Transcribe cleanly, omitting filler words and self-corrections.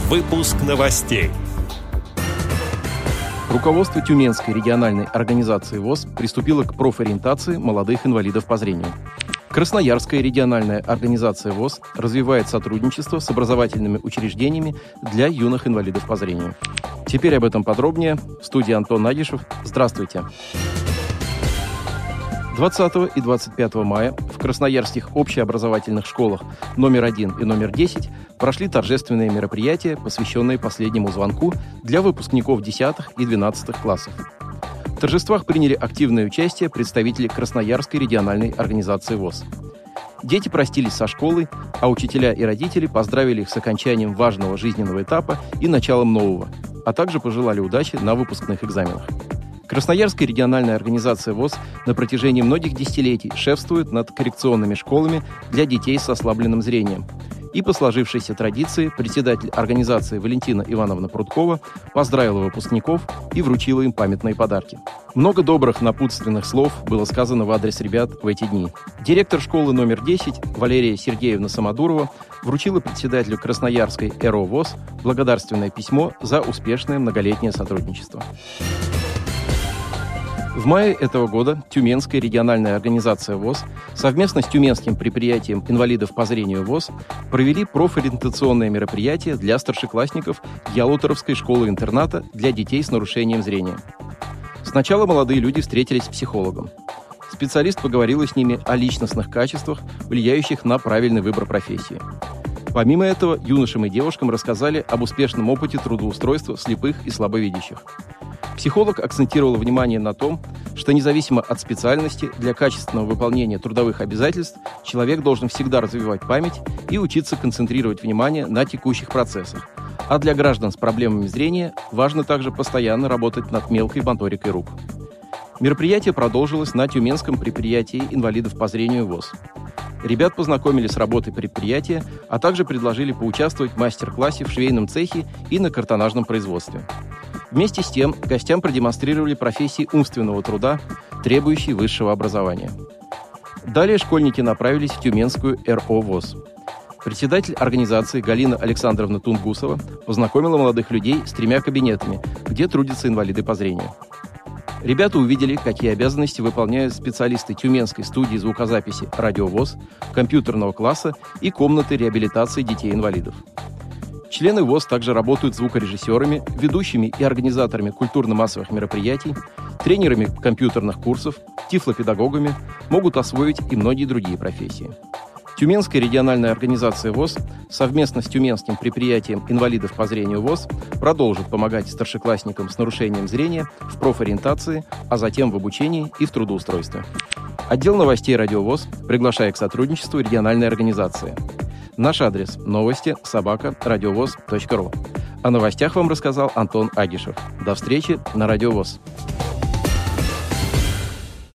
Выпуск новостей. Руководство Тюменской региональной организации ВОС приступило к профориентации молодых инвалидов по зрению. Красноярская региональная организация ВОС развивает сотрудничество с образовательными учреждениями для юных инвалидов по зрению. Теперь об этом подробнее. В студии Антон Агишев. Здравствуйте. 20 и 25 мая в красноярских общеобразовательных школах номер 1 и номер 10 прошли торжественные мероприятия, посвященные последнему звонку для выпускников 10 и 12 классов. В торжествах приняли активное участие представители Красноярской региональной организации ВОС. Дети простились со школой, а учителя и родители поздравили их с окончанием важного жизненного этапа и началом нового, а также пожелали удачи на выпускных экзаменах. Красноярская региональная организация ВОС на протяжении многих десятилетий шефствует над коррекционными школами для детей с ослабленным зрением. И по сложившейся традиции председатель организации Валентина Ивановна Прудкова поздравила выпускников и вручила им памятные подарки. Много добрых напутственных слов было сказано в адрес ребят в эти дни. Директор школы номер 10 Валерия Сергеевна Самодурова вручила председателю Красноярской РО ВОС благодарственное письмо за успешное многолетнее сотрудничество. В мае этого года Тюменская региональная организация ВОС совместно с Тюменским предприятием инвалидов по зрению ВОС провели профориентационное мероприятие для старшеклассников Ялуторовской школы-интерната для детей с нарушением зрения. Сначала молодые люди встретились с психологом. Специалист поговорила с ними о личностных качествах, влияющих на правильный выбор профессии. Помимо этого, юношам и девушкам рассказали об успешном опыте трудоустройства слепых и слабовидящих. Психолог акцентировал внимание на том, что независимо от специальности, для качественного выполнения трудовых обязательств человек должен всегда развивать память и учиться концентрировать внимание на текущих процессах. А для граждан с проблемами зрения важно также постоянно работать над мелкой моторикой рук. Мероприятие продолжилось на Тюменском предприятии инвалидов по зрению ВОС. Ребят познакомили с работой предприятия, а также предложили поучаствовать в мастер-классе в швейном цехе и на картонажном производстве. Вместе с тем гостям продемонстрировали профессии умственного труда, требующие высшего образования. Далее школьники направились в Тюменскую РО ВОС. Председатель организации Галина Александровна Тунгусова познакомила молодых людей с 3 кабинетами, где трудятся инвалиды по зрению. Ребята увидели, какие обязанности выполняют специалисты Тюменской студии звукозаписи «Радио ВОС», компьютерного класса и комнаты реабилитации детей-инвалидов. Члены ВОС также работают звукорежиссерами, ведущими и организаторами культурно-массовых мероприятий, тренерами компьютерных курсов, тифлопедагогами, могут освоить и многие другие профессии. Тюменская региональная организация ВОС совместно с Тюменским предприятием инвалидов по зрению ВОС продолжит помогать старшеклассникам с нарушением зрения в профориентации, а затем в обучении и в трудоустройстве. Отдел новостей «Радио ВОС» приглашает к сотрудничеству региональной организации. Наш адрес – новости@радиовоз.ру. О новостях вам рассказал Антон Агишев. До встречи на Радио ВОС.